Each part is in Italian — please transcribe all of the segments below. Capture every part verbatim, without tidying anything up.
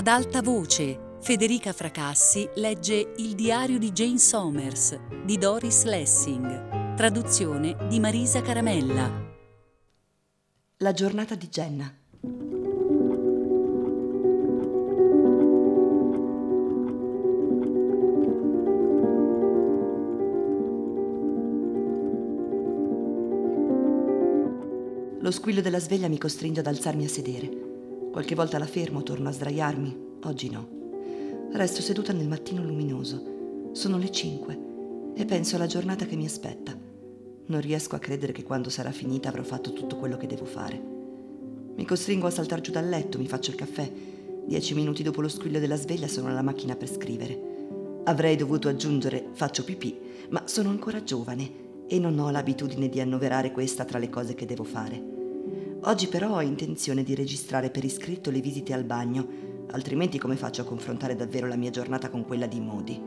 Ad alta voce, Federica Fracassi legge Il diario di Jane Somers di Doris Lessing, traduzione di Marisa Caramella. La giornata di Jenna. Lo squillo della sveglia mi costringe ad alzarmi a sedere. Qualche volta la fermo, torno a sdraiarmi. Oggi no. Resto seduta nel mattino luminoso. Sono le cinque e penso alla giornata che mi aspetta. Non riesco a credere che quando sarà finita avrò fatto tutto quello che devo fare. Mi costringo a saltar giù dal letto, mi faccio il caffè. Dieci minuti dopo lo squillo della sveglia sono alla macchina per scrivere. Avrei dovuto aggiungere faccio pipì, ma sono ancora giovane e non ho l'abitudine di annoverare questa tra le cose che devo fare. Oggi però ho intenzione di registrare per iscritto le visite al bagno, altrimenti come faccio a confrontare davvero la mia giornata con quella di Modi?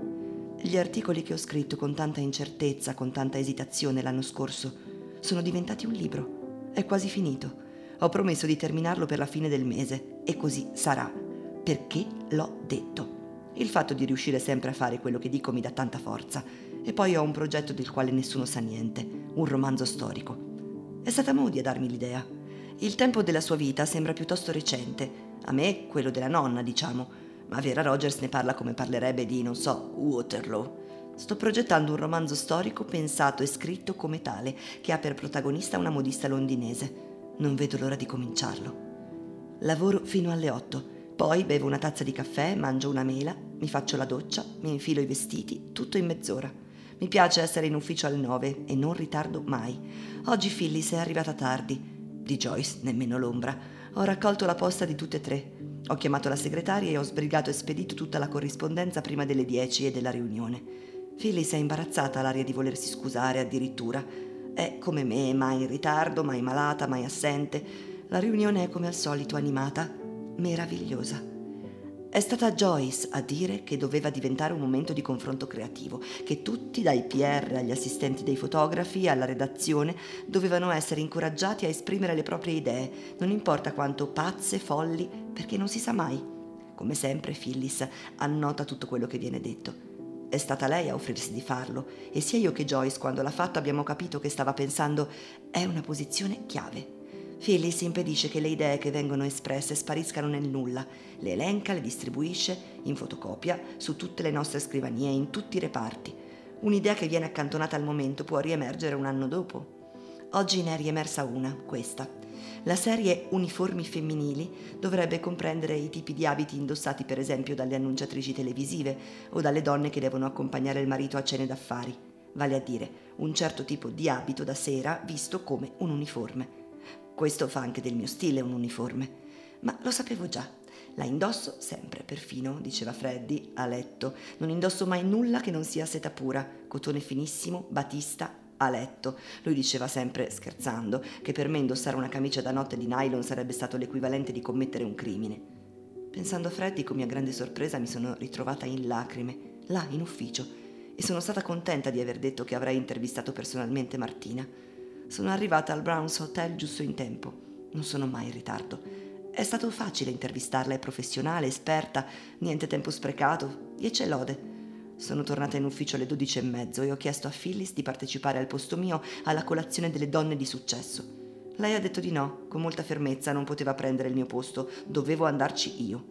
Gli articoli che ho scritto con tanta incertezza, con tanta esitazione l'anno scorso, sono diventati un libro. È quasi finito. Ho promesso di terminarlo per la fine del mese e così sarà, perché l'ho detto. Il fatto di riuscire sempre a fare quello che dico mi dà tanta forza. E poi ho un progetto del quale nessuno sa niente, un romanzo storico. È stata Modi a darmi l'idea. Il tempo della sua vita sembra piuttosto recente. A me quello della nonna, diciamo. Ma Vera Rogers ne parla come parlerebbe di, non so, Waterloo. Sto progettando un romanzo storico pensato e scritto come tale, che ha per protagonista una modista londinese. Non vedo l'ora di cominciarlo. Lavoro fino alle otto, poi bevo una tazza di caffè, mangio una mela, mi faccio la doccia, mi infilo i vestiti, tutto in mezz'ora. Mi piace essere in ufficio alle nove e non ritardo mai. Oggi Phyllis è arrivata tardi. Di Joyce nemmeno l'ombra. Ho raccolto la posta di tutte e tre. Ho chiamato la segretaria e ho sbrigato e spedito tutta la corrispondenza prima delle dieci e della riunione. Phyllis è imbarazzata all'aria di volersi scusare addirittura. È come me, mai in ritardo, mai malata, mai assente. La riunione è come al solito animata, meravigliosa. È stata Joyce a dire che doveva diventare un momento di confronto creativo, che tutti, dai P R agli assistenti dei fotografi alla redazione, dovevano essere incoraggiati a esprimere le proprie idee, non importa quanto pazze, folli, perché non si sa mai. Come sempre Phyllis annota tutto quello che viene detto. È stata lei a offrirsi di farlo e sia io che Joyce, quando l'ha fatto, abbiamo capito che stava pensando è una posizione chiave. Phyllis impedisce che le idee che vengono espresse spariscano nel nulla, le elenca, le distribuisce, in fotocopia, su tutte le nostre scrivanie, in tutti i reparti. Un'idea che viene accantonata al momento può riemergere un anno dopo. Oggi ne è riemersa una, questa. La serie Uniformi femminili dovrebbe comprendere i tipi di abiti indossati per esempio dalle annunciatrici televisive o dalle donne che devono accompagnare il marito a cene d'affari, vale a dire un certo tipo di abito da sera visto come un uniforme. Questo fa anche del mio stile un uniforme, ma lo sapevo già. La indosso sempre, perfino, diceva Freddy, a letto. Non indosso mai nulla che non sia seta pura, cotone finissimo, batista, a letto. Lui diceva sempre, scherzando, che per me indossare una camicia da notte di nylon sarebbe stato l'equivalente di commettere un crimine. Pensando a Freddy, con mia grande sorpresa, mi sono ritrovata in lacrime, là, in ufficio, e sono stata contenta di aver detto che avrei intervistato personalmente Martina. Sono arrivata al Browns Hotel giusto in tempo. Non sono mai in ritardo. È stato facile intervistarla, è professionale, esperta, niente tempo sprecato, dieci lode. Sono tornata in ufficio alle dodici e mezzo e ho chiesto a Phyllis di partecipare al posto mio alla colazione delle donne di successo. Lei ha detto di no, con molta fermezza, non poteva prendere il mio posto, dovevo andarci io.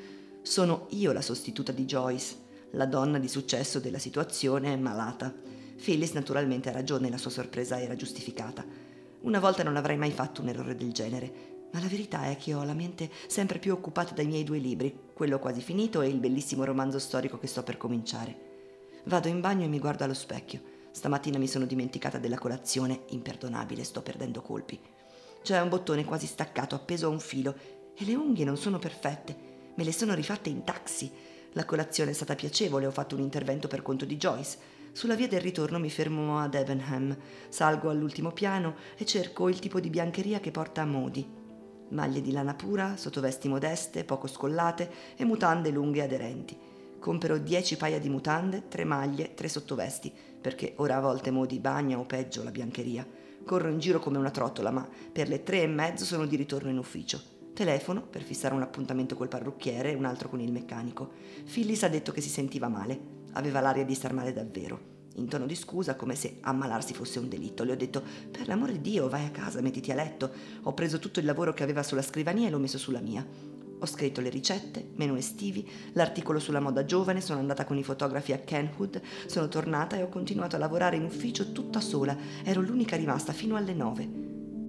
Sono io la sostituta di Joyce, la donna di successo della situazione, malata. Phyllis naturalmente ha ragione, la sua sorpresa era giustificata. Una volta non avrei mai fatto un errore del genere, ma la verità è che ho la mente sempre più occupata dai miei due libri, quello quasi finito e il bellissimo romanzo storico che sto per cominciare. Vado in bagno e mi guardo allo specchio. Stamattina mi sono dimenticata della colazione, imperdonabile, sto perdendo colpi. C'è un bottone quasi staccato, appeso a un filo, e le unghie non sono perfette, me le sono rifatte in taxi. La colazione è stata piacevole, ho fatto un intervento per conto di Joyce. Sulla via del ritorno mi fermo a Debenham, salgo all'ultimo piano e cerco il tipo di biancheria che porta a Modi. Maglie di lana pura, sottovesti modeste, poco scollate e mutande lunghe e aderenti. Compro dieci paia di mutande, tre maglie, tre sottovesti, perché ora a volte Modi bagna o peggio la biancheria. Corro in giro come una trottola, ma per le tre e mezzo sono di ritorno in ufficio. Telefono per fissare un appuntamento col parrucchiere e un altro con il meccanico. Phyllis ha detto che si sentiva male. Aveva l'aria di star male davvero. In tono di scusa, come se ammalarsi fosse un delitto, le ho detto: per l'amore di Dio, vai a casa, mettiti a letto. Ho preso tutto il lavoro che aveva sulla scrivania e l'ho messo sulla mia. Ho scritto le ricette, menu estivi, l'articolo sulla moda giovane, sono andata con i fotografi a Kenwood, sono tornata e ho continuato a lavorare in ufficio tutta sola. Ero l'unica rimasta fino alle nove.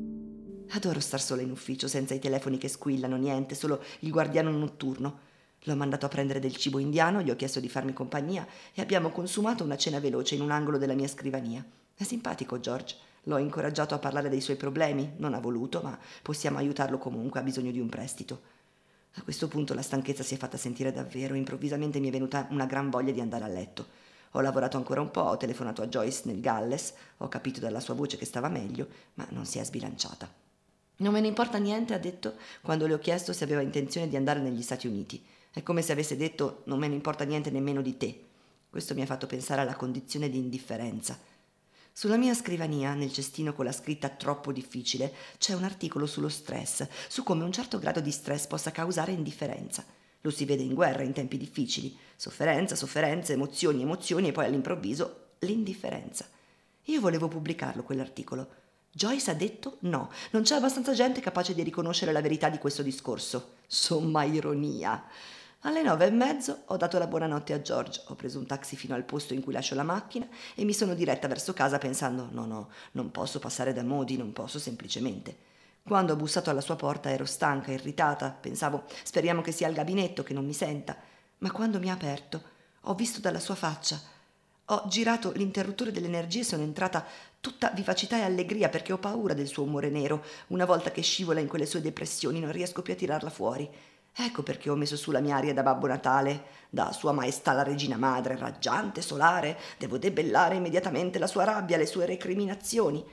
Adoro star sola in ufficio, senza i telefoni che squillano, niente, solo il guardiano notturno. L'ho mandato a prendere del cibo indiano, gli ho chiesto di farmi compagnia e abbiamo consumato una cena veloce in un angolo della mia scrivania. È simpatico George. L'ho incoraggiato a parlare dei suoi problemi, non ha voluto, ma possiamo aiutarlo comunque, ha bisogno di un prestito. A questo punto la stanchezza si è fatta sentire davvero, improvvisamente mi è venuta una gran voglia di andare a letto. Ho lavorato ancora un po', ho telefonato a Joyce nel Galles, ho capito dalla sua voce che stava meglio, ma non si è sbilanciata. Non me ne importa niente, ha detto, quando le ho chiesto se aveva intenzione di andare negli Stati Uniti. È come se avesse detto: non me ne importa niente nemmeno di te. Questo mi ha fatto pensare alla condizione di indifferenza. Sulla mia scrivania, nel cestino con la scritta troppo difficile, c'è un articolo sullo stress, su come un certo grado di stress possa causare indifferenza. Lo si vede in guerra, in tempi difficili. Sofferenza, sofferenza, emozioni, emozioni e poi all'improvviso l'indifferenza. Io volevo pubblicarlo quell'articolo. Joyce ha detto no, non c'è abbastanza gente capace di riconoscere la verità di questo discorso. Somma ironia. Alle nove e mezzo ho dato la buonanotte a George, ho preso un taxi fino al posto in cui lascio la macchina e mi sono diretta verso casa pensando: no, no, non posso passare da Modi, non posso semplicemente. Quando ho bussato alla sua porta ero stanca, irritata, pensavo: speriamo che sia al gabinetto, che non mi senta. Ma quando mi ha aperto, ho visto dalla sua faccia. Ho girato l'interruttore delle energie e sono entrata tutta vivacità e allegria perché ho paura del suo umore nero. Una volta che scivola in quelle sue depressioni non riesco più a tirarla fuori. Ecco perché ho messo su la mia aria da Babbo Natale, da Sua Maestà la Regina Madre, raggiante, solare. Devo debellare immediatamente la sua rabbia, le sue recriminazioni.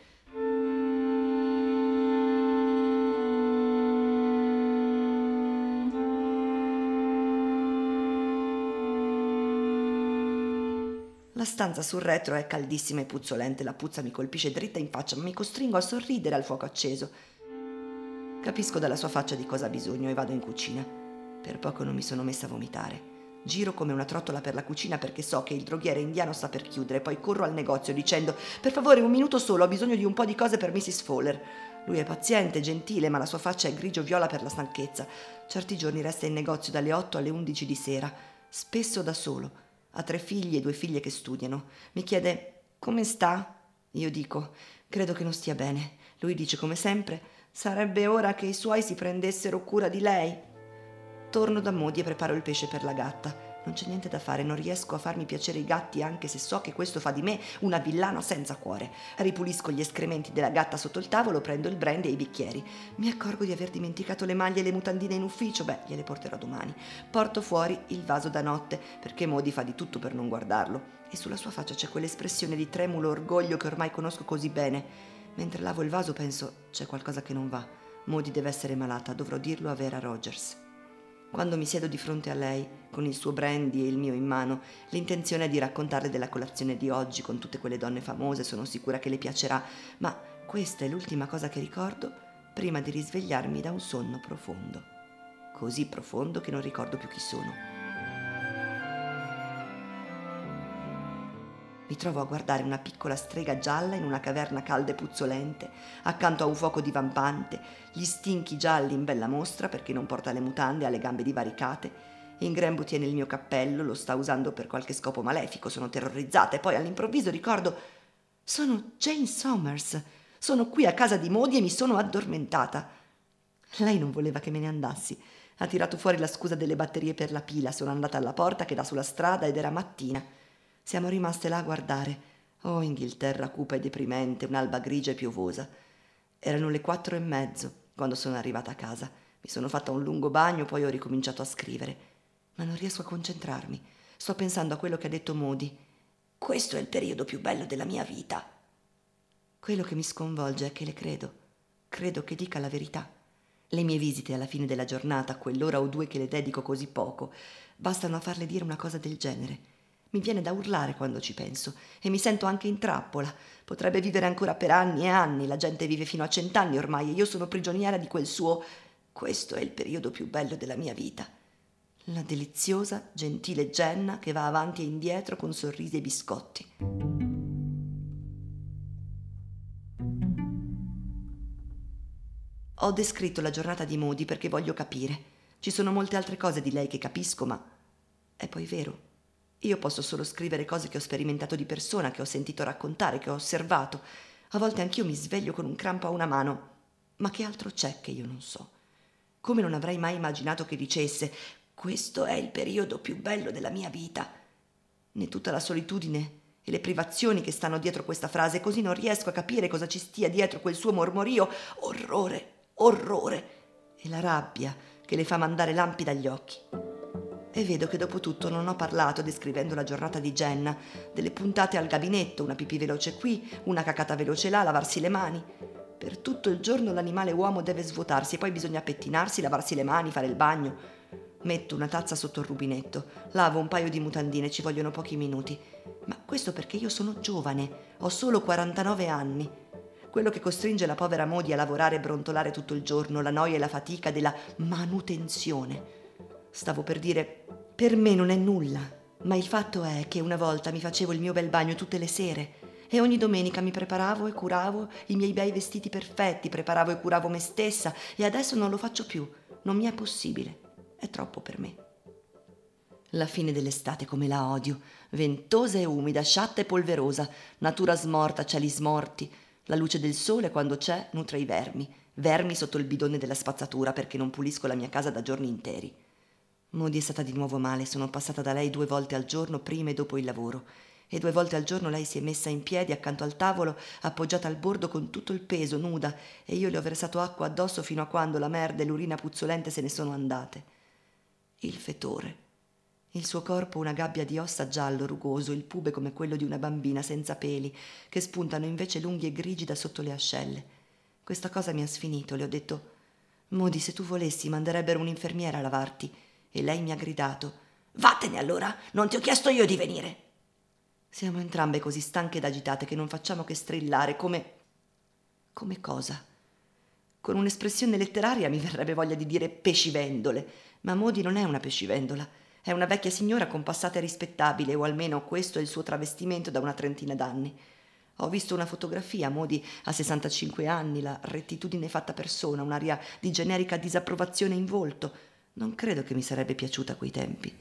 La stanza sul retro è caldissima e puzzolente, la puzza mi colpisce dritta in faccia, ma mi costringo a sorridere al fuoco acceso. Capisco dalla sua faccia di cosa ha bisogno e vado in cucina. Per poco non mi sono messa a vomitare. Giro come una trottola per la cucina perché so che il droghiere indiano sta per chiudere, poi corro al negozio dicendo: per favore, un minuto solo, ho bisogno di un po' di cose per missus Fowler. Lui è paziente, gentile, ma la sua faccia è grigio-viola per la stanchezza. Certi giorni resta in negozio dalle otto alle undici di sera, spesso da solo. Ha tre figli e due figlie che studiano. Mi chiede: come sta? Io dico: credo che non stia bene. Lui dice come sempre: sarebbe ora che i suoi si prendessero cura di lei. Torno da Modi e preparo il pesce per la gatta. Non c'è niente da fare, non riesco a farmi piacere i gatti anche se so che questo fa di me una villana senza cuore. Ripulisco gli escrementi della gatta sotto il tavolo, prendo il brandy e i bicchieri. Mi accorgo di aver dimenticato le maglie e le mutandine in ufficio, beh, gliele porterò domani. Porto fuori il vaso da notte perché Modi fa di tutto per non guardarlo e sulla sua faccia c'è quell'espressione di tremulo orgoglio che ormai conosco così bene. Mentre lavo il vaso penso: c'è qualcosa che non va. Modi deve essere malata, dovrò dirlo a Vera Rogers. Quando mi siedo di fronte a lei, con il suo brandy e il mio in mano, l'intenzione è di raccontarle della colazione di oggi con tutte quelle donne famose, sono sicura che le piacerà, ma questa è l'ultima cosa che ricordo prima di risvegliarmi da un sonno profondo. Così profondo che non ricordo più chi sono. Mi trovo a guardare una piccola strega gialla in una caverna calda e puzzolente, accanto a un fuoco divampante, gli stinchi gialli in bella mostra perché non porta le mutande, ha le gambe divaricate. In grembo tiene il mio cappello, lo sta usando per qualche scopo malefico, sono terrorizzata e poi all'improvviso ricordo: sono Jane Somers, sono qui a casa di Modi e mi sono addormentata. Lei non voleva che me ne andassi, ha tirato fuori la scusa delle batterie per la pila, sono andata alla porta che dà sulla strada ed era mattina. Siamo rimaste là a guardare. Oh, Inghilterra cupa e deprimente, un'alba grigia e piovosa. Erano le quattro e mezzo quando sono arrivata a casa. Mi sono fatta un lungo bagno, poi ho ricominciato a scrivere. Ma non riesco a concentrarmi. Sto pensando a quello che ha detto Modi. Questo è il periodo più bello della mia vita. Quello che mi sconvolge è che le credo. Credo che dica la verità. Le mie visite alla fine della giornata, quell'ora o due che le dedico così poco, bastano a farle dire una cosa del genere. Mi viene da urlare quando ci penso e mi sento anche in trappola. Potrebbe vivere ancora per anni e anni, la gente vive fino a cent'anni ormai e io sono prigioniera di quel suo Questo è il periodo più bello della mia vita. La deliziosa, gentile Jenna che va avanti e indietro con sorrisi e biscotti. Ho descritto la giornata di Maudie perché voglio capire. Ci sono molte altre cose di lei che capisco, ma è poi vero. Io posso solo scrivere cose che ho sperimentato di persona, che ho sentito raccontare, che ho osservato. A volte anch'io mi sveglio con un crampo a una mano. Ma che altro c'è che io non so? Come non avrei mai immaginato che dicesse «Questo è il periodo più bello della mia vita». Né tutta la solitudine e le privazioni che stanno dietro questa frase, così non riesco a capire cosa ci stia dietro quel suo mormorio. Orrore, orrore. E la rabbia che le fa mandare lampi dagli occhi. E vedo che dopo tutto non ho parlato, descrivendo la giornata di Jenna, delle puntate al gabinetto, una pipì veloce qui, una cacata veloce là, lavarsi le mani. Per tutto il giorno l'animale uomo deve svuotarsi e poi bisogna pettinarsi, lavarsi le mani, fare il bagno. Metto una tazza sotto il rubinetto, lavo un paio di mutandine, ci vogliono pochi minuti. Ma questo perché io sono giovane, ho solo quarantanove anni. Quello che costringe la povera Maudie a lavorare e brontolare tutto il giorno, la noia e la fatica della manutenzione. Stavo per dire, per me non è nulla, ma il fatto è che una volta mi facevo il mio bel bagno tutte le sere e ogni domenica mi preparavo e curavo i miei bei vestiti perfetti, preparavo e curavo me stessa e adesso non lo faccio più, non mi è possibile, è troppo per me. La fine dell'estate come la odio, ventosa e umida, sciatta e polverosa, natura smorta, cieli smorti, la luce del sole quando c'è nutre i vermi, vermi sotto il bidone della spazzatura perché non pulisco la mia casa da giorni interi. Maudie è stata di nuovo male, sono passata da lei due volte al giorno prima e dopo il lavoro e due volte al giorno lei si è messa in piedi accanto al tavolo appoggiata al bordo con tutto il peso, nuda, e io le ho versato acqua addosso fino a quando la merda e l'urina puzzolente se ne sono andate. Il fetore, il suo corpo una gabbia di ossa giallo rugoso, il pube come quello di una bambina senza peli che spuntano invece lunghi e grigi da sotto le ascelle. Questa cosa mi ha sfinito, le ho detto Maudie, se tu volessi manderebbero un'infermiera a lavarti. E lei mi ha gridato «Vattene allora, non ti ho chiesto io di venire!» Siamo entrambe così stanche ed agitate che non facciamo che strillare come... come cosa? Con un'espressione letteraria mi verrebbe voglia di dire pescivendole, ma Maudie non è una pescivendola, è una vecchia signora compassata e rispettabile, o almeno questo è il suo travestimento da una trentina d'anni. Ho visto una fotografia, Maudie ha sessantacinque anni, la rettitudine fatta persona, un'aria di generica disapprovazione in volto. Non credo che mi sarebbe piaciuta a quei tempi.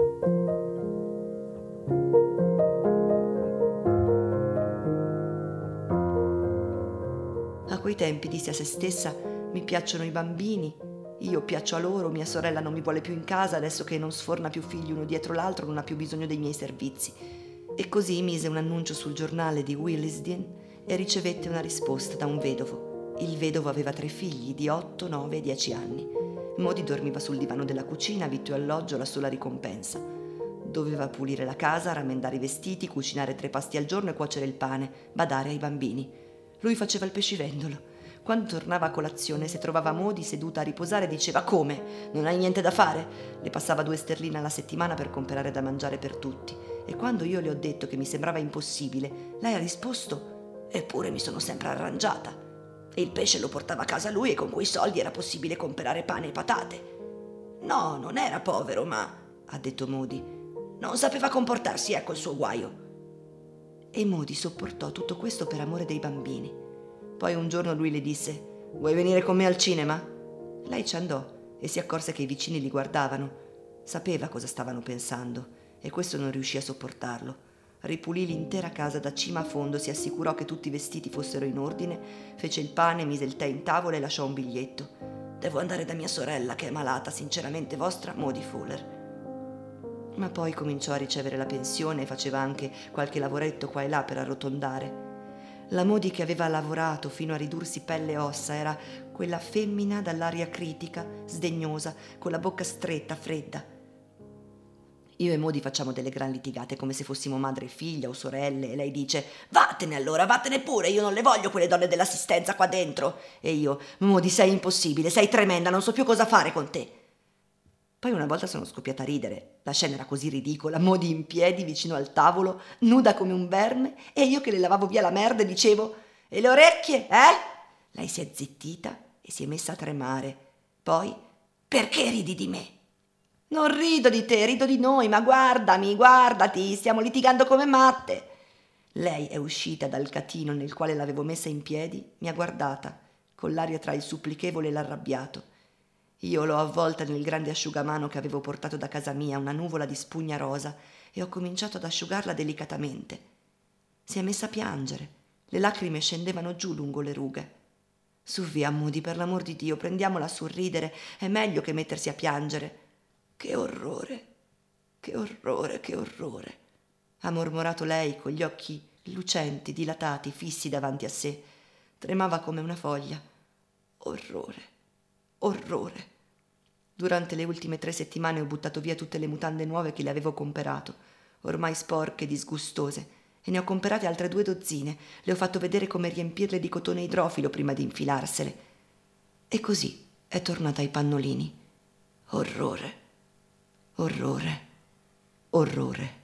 A quei tempi, disse a se stessa, mi piacciono i bambini, io piaccio a loro, mia sorella non mi vuole più in casa, adesso che non sforna più figli uno dietro l'altro, non ha più bisogno dei miei servizi. E così mise un annuncio sul giornale di Willesden e ricevette una risposta da un vedovo. Il vedovo aveva tre figli di otto, nove e dieci anni. Maudie dormiva sul divano della cucina, vitto e alloggio, la sola ricompensa. Doveva pulire la casa, rammendare i vestiti, cucinare tre pasti al giorno e cuocere il pane, badare ai bambini. Lui faceva il pescivendolo. Quando tornava a colazione, se trovava Maudie seduta a riposare, diceva «Come? Non hai niente da fare?» Le passava due sterline alla settimana per comprare da mangiare per tutti. E quando io le ho detto che mi sembrava impossibile, lei ha risposto «Eppure mi sono sempre arrangiata». Il pesce lo portava a casa lui e con quei soldi era possibile comprare pane e patate. No, non era povero, ma, ha detto Maudie, non sapeva comportarsi, ecco il suo guaio. E Maudie sopportò tutto questo per amore dei bambini. Poi un giorno lui le disse «Vuoi venire con me al cinema?» Lei ci andò e si accorse che i vicini li guardavano. Sapeva cosa stavano pensando e questo non riuscì a sopportarlo. Ripulì l'intera casa da cima a fondo, si assicurò che tutti i vestiti fossero in ordine, fece il pane, mise il tè in tavola e lasciò un biglietto. «Devo andare da mia sorella che è malata, sinceramente vostra, Maudie Fuller». Ma poi cominciò a ricevere la pensione e faceva anche qualche lavoretto qua e là per arrotondare. La Maudie che aveva lavorato fino a ridursi pelle e ossa era quella femmina dall'aria critica, sdegnosa, con la bocca stretta, fredda. Io e Maudie facciamo delle gran litigate come se fossimo madre e figlia o sorelle e lei dice «Vattene allora, vattene pure, io non le voglio quelle donne dell'assistenza qua dentro». E io «Maudie, sei impossibile, sei tremenda, non so più cosa fare con te». Poi una volta sono scoppiata a ridere, la scena era così ridicola, Maudie in piedi vicino al tavolo, nuda come un verme e io che le lavavo via la merda e dicevo «E le orecchie, eh?» Lei si è zittita e si è messa a tremare. Poi, perché ridi di me? Non rido di te, rido di noi, ma guardami, guardati, stiamo litigando come matte. Lei è uscita dal catino nel quale l'avevo messa in piedi, mi ha guardata, con l'aria tra il supplichevole e l'arrabbiato. Io l'ho avvolta nel grande asciugamano che avevo portato da casa mia, una nuvola di spugna rosa, e ho cominciato ad asciugarla delicatamente. Si è messa a piangere, le lacrime scendevano giù lungo le rughe. Su via, Moody, per l'amor di Dio, prendiamola a sorridere, è meglio che mettersi a piangere. Che orrore, che orrore, che orrore, ha mormorato lei con gli occhi lucenti, dilatati, fissi davanti a sé. Tremava come una foglia. Orrore, orrore. Durante le ultime tre settimane ho buttato via tutte le mutande nuove che le avevo comperato, ormai sporche e disgustose, e ne ho comperate altre due dozzine. Le ho fatto vedere come riempirle di cotone idrofilo prima di infilarsele. E così è tornata ai pannolini. Orrore, orrore, orrore.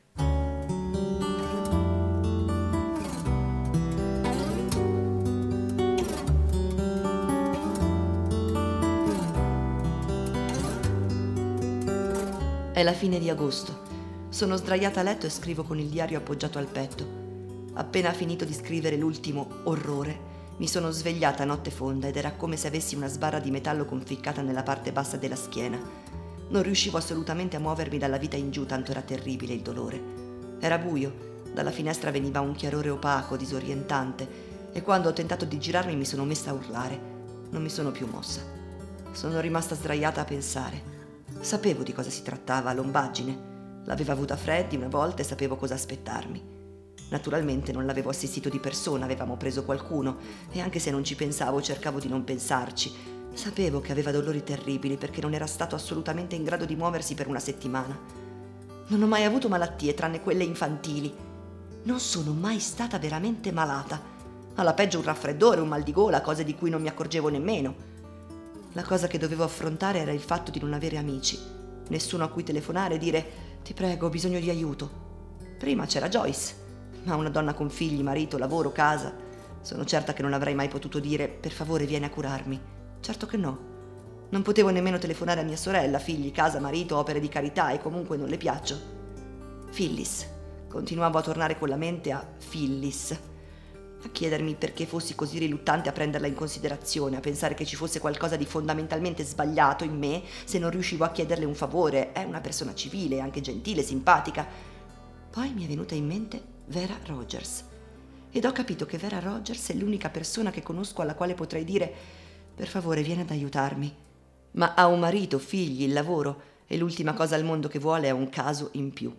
È la fine di agosto. Sono sdraiata a letto e scrivo con il diario appoggiato al petto. Appena finito di scrivere l'ultimo orrore, mi sono svegliata a notte fonda ed era come se avessi una sbarra di metallo conficcata nella parte bassa della schiena. Non riuscivo assolutamente a muovermi dalla vita in giù, tanto era terribile il dolore. Era buio, dalla finestra veniva un chiarore opaco, disorientante, e quando ho tentato di girarmi mi sono messa a urlare. Non mi sono più mossa. Sono rimasta sdraiata a pensare. Sapevo di cosa si trattava, lombaggine. L'avevo avuta Freddy una volta e sapevo cosa aspettarmi. Naturalmente non l'avevo assistito di persona, avevamo preso qualcuno, e anche se non ci pensavo cercavo di non pensarci. Sapevo che aveva dolori terribili perché non era stato assolutamente in grado di muoversi per una settimana. Non ho mai avuto malattie tranne quelle infantili. Non sono mai stata veramente malata. Alla peggio un raffreddore, un mal di gola, cose di cui non mi accorgevo nemmeno. La cosa che dovevo affrontare era il fatto di non avere amici, nessuno a cui telefonare e dire «Ti prego, ho bisogno di aiuto». Prima c'era Joyce, ma una donna con figli, marito, lavoro, casa. Sono certa che non avrei mai potuto dire «Per favore, vieni a curarmi». Certo che no. Non potevo nemmeno telefonare a mia sorella, figli, casa, marito, opere di carità, e comunque non le piaccio. Phyllis. Continuavo a tornare con la mente a Phyllis, a chiedermi perché fossi così riluttante a prenderla in considerazione, a pensare che ci fosse qualcosa di fondamentalmente sbagliato in me se non riuscivo a chiederle un favore. È una persona civile, anche gentile, simpatica. Poi mi è venuta in mente Vera Rogers ed ho capito che Vera Rogers è l'unica persona che conosco alla quale potrei dire «Per favore, vieni ad aiutarmi». Ma ha un marito, figli, il lavoro, e l'ultima cosa al mondo che vuole è un caso in più.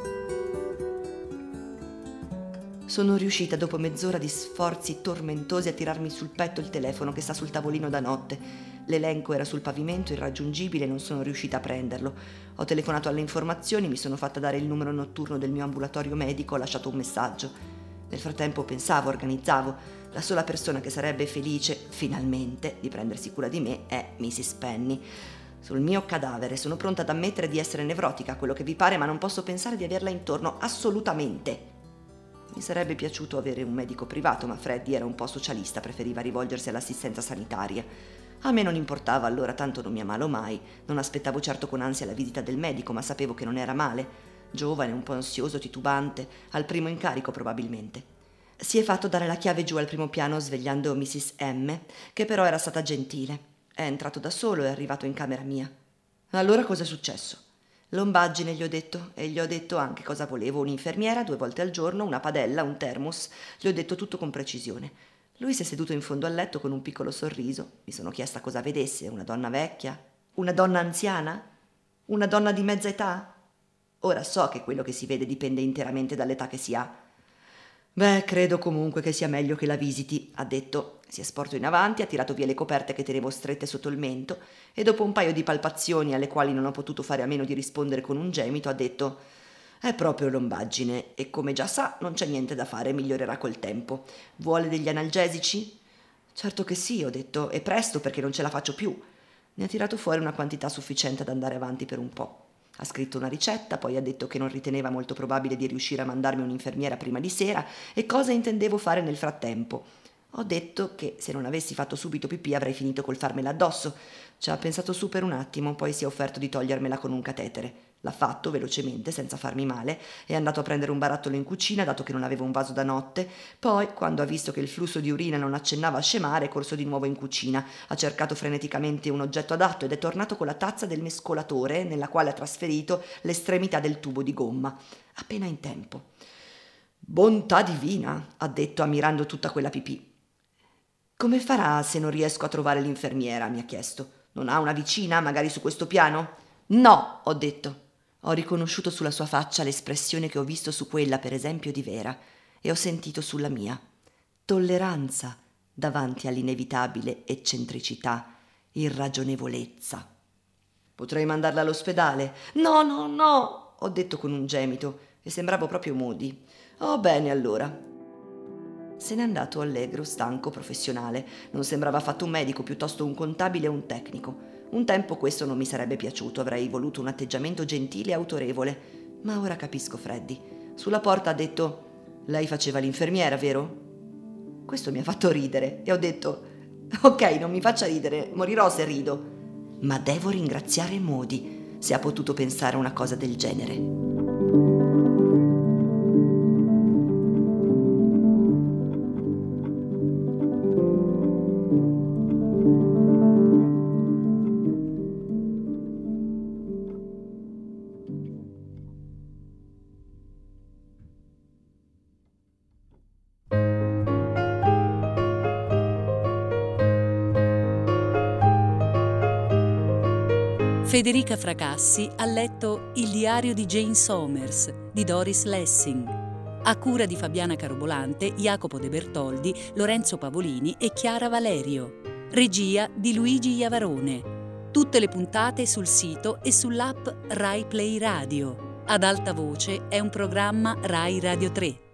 Sono riuscita dopo mezz'ora di sforzi tormentosi a tirarmi sul petto il telefono che sta sul tavolino da notte. L'elenco era sul pavimento, irraggiungibile, e non sono riuscita a prenderlo. Ho telefonato alle informazioni, mi sono fatta dare il numero notturno del mio ambulatorio medico, ho lasciato un messaggio. Nel frattempo pensavo, organizzavo. La sola persona che sarebbe felice, finalmente, di prendersi cura di me è missus Penny. Sul mio cadavere sono pronta ad ammettere di essere nevrotica, quello che vi pare, ma non posso pensare di averla intorno, assolutamente. Mi sarebbe piaciuto avere un medico privato, ma Freddy era un po' socialista, preferiva rivolgersi all'assistenza sanitaria. A me non importava allora, tanto non mi ammalo mai. Non aspettavo certo con ansia la visita del medico, ma sapevo che non era male. Giovane, un po' ansioso, titubante, al primo incarico probabilmente. Si è fatto dare la chiave giù al primo piano svegliando missus M, che però era stata gentile. È entrato da solo e è arrivato in camera mia. Allora cosa è successo? Lombaggine, gli ho detto, e gli ho detto anche cosa volevo: un'infermiera due volte al giorno, una padella, un termos. Gli ho detto tutto con precisione. Lui si è seduto in fondo al letto con un piccolo sorriso. Mi sono chiesta cosa vedesse: una donna vecchia? Una donna anziana? Una donna di mezza età? Ora so che quello che si vede dipende interamente dall'età che si ha. Beh, credo comunque che sia meglio che la visiti, ha detto. Si è sporto in avanti, ha tirato via le coperte che tenevo strette sotto il mento e dopo un paio di palpazioni alle quali non ho potuto fare a meno di rispondere con un gemito, ha detto: «È proprio lombaggine e come già sa non c'è niente da fare, migliorerà col tempo. Vuole degli analgesici?» «Certo che sì», ho detto, «e presto perché non ce la faccio più». Ne ha tirato fuori una quantità sufficiente ad andare avanti per un po'. Ha scritto una ricetta, poi ha detto che non riteneva molto probabile di riuscire a mandarmi un'infermiera prima di sera e cosa intendevo fare nel frattempo. Ho detto che se non avessi fatto subito pipì avrei finito col farmela addosso. Ci ha pensato su per un attimo, poi si è offerto di togliermela con un catetere. L'ha fatto velocemente, senza farmi male, è andato a prendere un barattolo in cucina, dato che non avevo un vaso da notte. Poi, quando ha visto che il flusso di urina non accennava a scemare, è corso di nuovo in cucina, ha cercato freneticamente un oggetto adatto ed è tornato con la tazza del mescolatore, nella quale ha trasferito l'estremità del tubo di gomma. Appena in tempo. «Bontà divina», ha detto, ammirando tutta quella pipì. «Come farà se non riesco a trovare l'infermiera?» mi ha chiesto. «Non ha una vicina, magari su questo piano?» «No», ho detto. Ho riconosciuto sulla sua faccia l'espressione che ho visto su quella, per esempio, di Vera, e ho sentito sulla mia. Tolleranza davanti all'inevitabile eccentricità, irragionevolezza. «Potrei mandarla all'ospedale?» «No, no, no», ho detto con un gemito, e sembravo proprio Moody. «Oh, bene allora». Se n'è andato allegro, stanco, professionale. Non sembrava affatto un medico, piuttosto un contabile o un tecnico. Un tempo questo non mi sarebbe piaciuto, avrei voluto un atteggiamento gentile e autorevole. Ma ora capisco Freddy. Sulla porta ha detto: «Lei faceva l'infermiera, vero?» Questo mi ha fatto ridere e ho detto: «Ok, non mi faccia ridere, morirò se rido». Ma devo ringraziare Moody se ha potuto pensare una cosa del genere. Federica Fracassi ha letto Il diario di Jane Somers di Doris Lessing, a cura di Fabiana Carobolante, Jacopo De Bertoldi, Lorenzo Pavolini e Chiara Valerio. Regia di Luigi Iavarone. Tutte le puntate sul sito e sull'app Rai Play Radio. Ad alta voce è un programma Rai Radio tre.